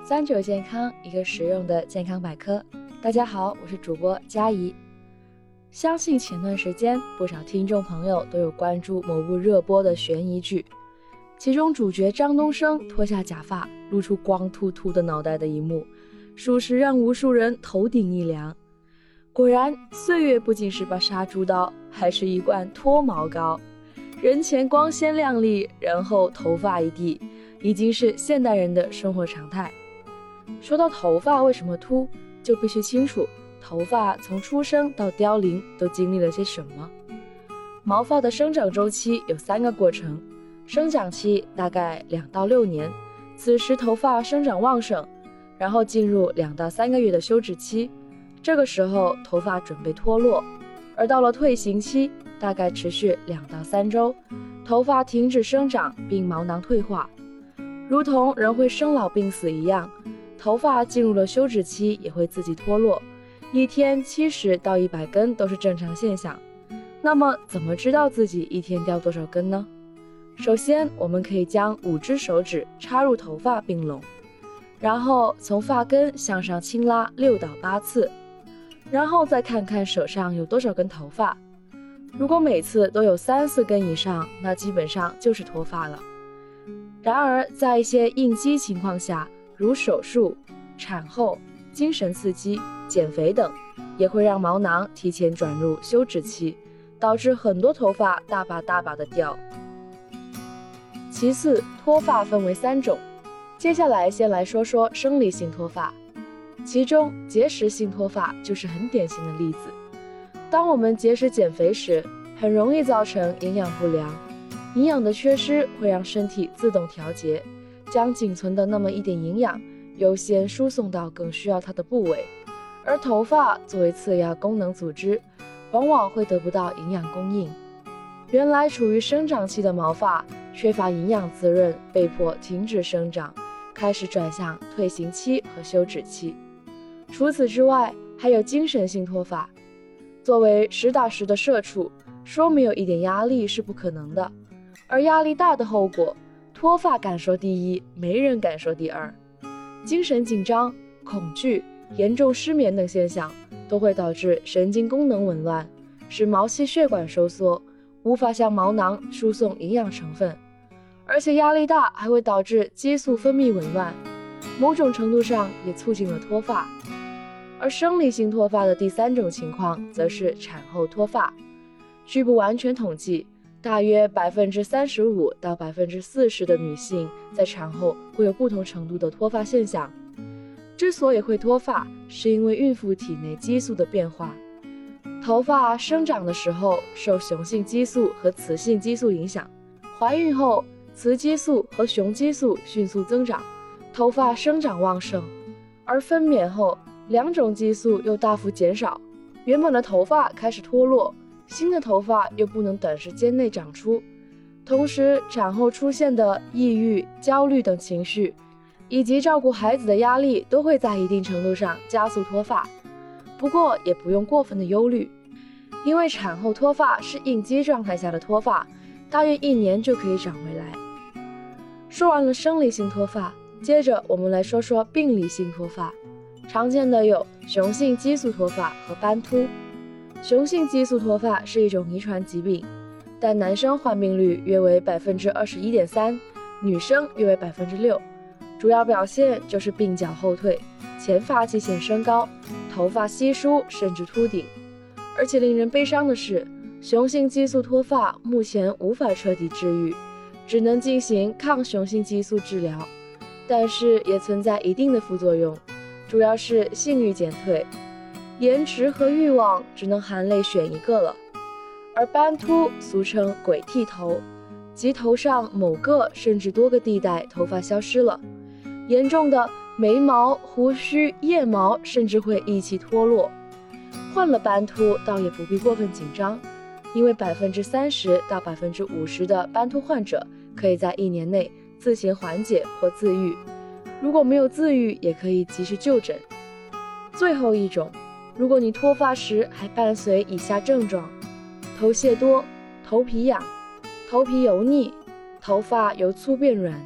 39健康，一个实用的健康百科。大家好，我是主播佳怡。相信前段时间不少听众朋友都有关注某部热播的悬疑剧，其中主角张东升脱下假发，露出光秃秃的脑袋的一幕，属实让无数人头顶一凉。果然，岁月不仅是把杀猪刀，还是一罐脱毛膏。人前光鲜亮丽，人后头发一地，已经是现代人的生活常态。说到头发为什么秃，就必须清楚头发从出生到凋零都经历了些什么。毛发的生长周期有3个过程，生长期大概2到6年，此时头发生长旺盛，然后进入2到3个月的休止期，这个时候头发准备脱落，而到了退行期，大概持续2到3周，头发停止生长并毛囊退化。如同人会生老病死一样，头发进入了休止期也会自己脱落，一天70到100根都是正常现象。那么怎么知道自己一天掉多少根呢？首先，我们可以将5只手指插入头发并拢，然后从发根向上轻拉6到8次，然后再看看手上有多少根头发。如果每次都有3、4根以上，那基本上就是脱发了。然而，在一些应激情况下，如手术、产后、精神刺激、减肥等，也会让毛囊提前转入休止期，导致很多头发大把大把的掉。其次，脱发分为3种，接下来先来说说生理性脱发，其中节食性脱发就是很典型的例子。当我们节食减肥时，很容易造成营养不良，营养的缺失会让身体自动调节，将仅存的那么一点营养优先输送到更需要它的部位，而头发作为次要功能组织，往往会得不到营养供应。原来处于生长期的毛发缺乏营养滋润，被迫停止生长，开始转向退行期和休止期。除此之外，还有精神性脱发。作为实打实的社畜，说没有一点压力是不可能的，而压力大的后果，脱发敢说第一，没人敢说第二。精神紧张、恐惧、严重失眠等现象都会导致神经功能紊乱，使毛细血管收缩，无法向毛囊输送营养成分。而且压力大还会导致激素分泌紊乱，某种程度上也促进了脱发。而生理性脱发的第3种情况则是产后脱发。据不完全统计，大约35%到40%的女性在产后会有不同程度的脱发现象。之所以会脱发，是因为孕妇体内激素的变化。头发生长的时候受雄性激素和雌性激素影响，怀孕后雌激素和雄激素迅速增长，头发生长旺盛，而分娩后2种激素又大幅减少，原本的头发开始脱落，新的头发又不能短时间内长出。同时，产后出现的抑郁、焦虑等情绪，以及照顾孩子的压力，都会在一定程度上加速脱发。不过也不用过分的忧虑，因为产后脱发是应激状态下的脱发，大约1年就可以长回来。说完了生理性脱发，接着我们来说说病理性脱发。常见的有雄性激素脱发和斑秃。雄性激素脱发是一种遗传疾病，但男生患病率约为 21.3%， 女生约为 6%。 主要表现就是鬓角后退，前发际线升高，头发稀疏甚至秃顶。而且令人悲伤的是，雄性激素脱发目前无法彻底治愈，只能进行抗雄性激素治疗，但是也存在一定的副作用，主要是性欲减退，颜值和欲望只能含泪选一个了。而斑秃俗称鬼剃头，即头上某个甚至多个地带头发消失了，严重的眉毛、胡须、腋毛甚至会一起脱落。患了斑秃倒也不必过分紧张，因为30%到50%的斑秃患者可以在1年内自行缓解或自愈，如果没有自愈也可以及时就诊。最后一种，如果你脱发时还伴随以下症状：头屑多、头皮痒、头皮油腻、头发由粗变软、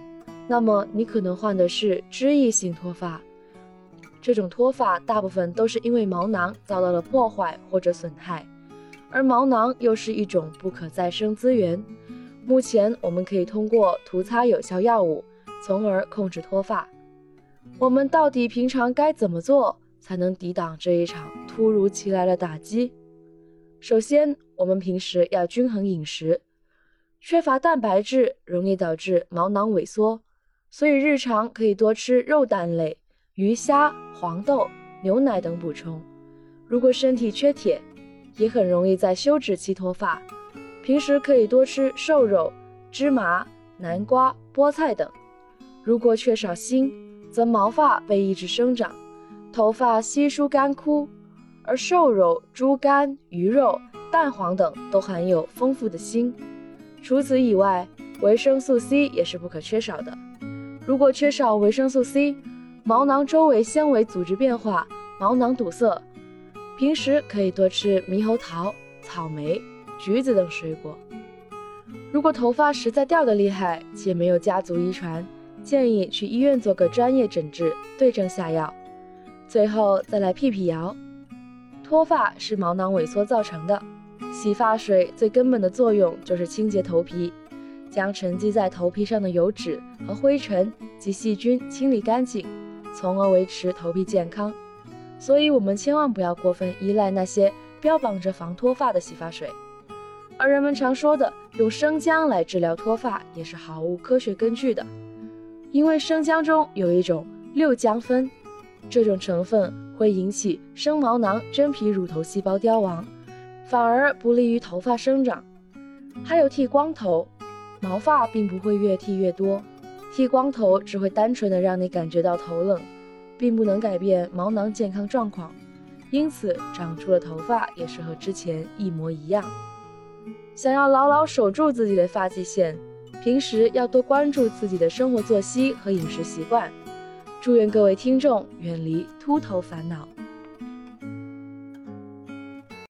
那么你可能患的是脂溢性脱发。这种脱发大部分都是因为毛囊遭到了破坏或者损害，而毛囊又是一种不可再生资源。目前我们可以通过涂擦有效药物，从而控制脱发。我们到底平常该怎么做才能抵挡这一场突如其来的打击？首先，我们平时要均衡饮食。缺乏蛋白质容易导致毛囊萎缩，所以日常可以多吃肉蛋类、鱼虾、黄豆、牛奶等补充。如果身体缺铁，也很容易在休止期脱发，平时可以多吃瘦肉、芝麻、南瓜、菠菜等。如果缺少锌，则毛发被抑制生长，头发稀疏干枯，而瘦肉、猪肝、鱼肉、蛋黄等都含有丰富的锌。除此以外，维生素 C 也是不可缺少的。如果缺少维生素 C， 毛囊周围纤维组织变化，毛囊堵塞。平时可以多吃猕猴桃、草莓、橘子等水果。如果头发实在掉得厉害，且没有家族遗传，建议去医院做个专业诊治，对症下药。最后再来辟谣，脱发是毛囊萎缩造成的。洗发水最根本的作用就是清洁头皮，将沉积在头皮上的油脂和灰尘及细菌清理干净，从而维持头皮健康。所以我们千万不要过分依赖那些标榜着防脱发的洗发水。而人们常说的用生姜来治疗脱发也是毫无科学根据的，因为生姜中有一种六姜酚，这种成分会引起生毛囊真皮乳头细胞凋亡，反而不利于头发生长。还有剃光头，毛发并不会越剃越多，剃光头只会单纯的让你感觉到头冷，并不能改变毛囊健康状况，因此长出的头发也是和之前一模一样。想要牢牢守住自己的发际线，平时要多关注自己的生活作息和饮食习惯。祝愿各位听众远离秃头烦恼。